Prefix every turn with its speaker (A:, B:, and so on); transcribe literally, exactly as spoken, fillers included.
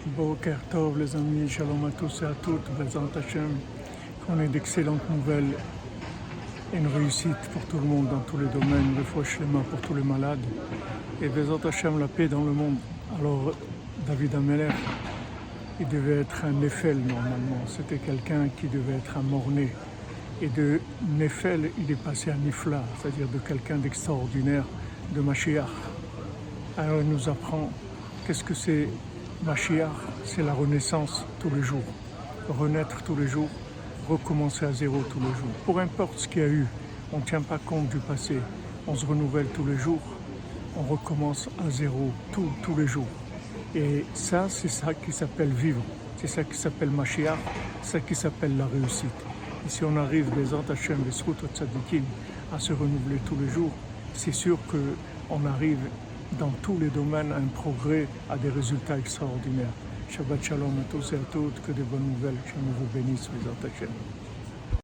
A: Boker Tov les amis, shalom à tous et à toutes, Bezrat Hashem, qu'on ait d'excellentes nouvelles et une réussite pour tout le monde dans tous les domaines, le fouach shlema pour tous les malades et Bezrat Hashem, la paix dans le monde. Alors David Ameler, il devait être un Néphel normalement, c'était quelqu'un qui devait être un mort-né. Et de Néphel, il est passé à Nifla, c'est-à-dire de quelqu'un d'extraordinaire, de Mashiach. Alors il nous apprend qu'est-ce que c'est Mashiach, c'est la renaissance tous les jours, renaître tous les jours, recommencer à zéro tous les jours. Peu importe ce qu'il y a eu, on ne tient pas compte du passé, on se renouvelle tous les jours, on recommence à zéro tous, tous les jours. Et ça, c'est ça qui s'appelle vivre, c'est ça qui s'appelle Mashiach, c'est ça qui s'appelle la réussite. Et si on arrive, Bezrat Hashem, Bezrat Tzadikim, à se renouveler tous les jours, c'est sûr qu'on arrive dans tous les domaines à un progrès, à des résultats extraordinaires. Shabbat Shalom à tous et à toutes, que de bonnes nouvelles, que je vous bénisse, Bezrat Hashem.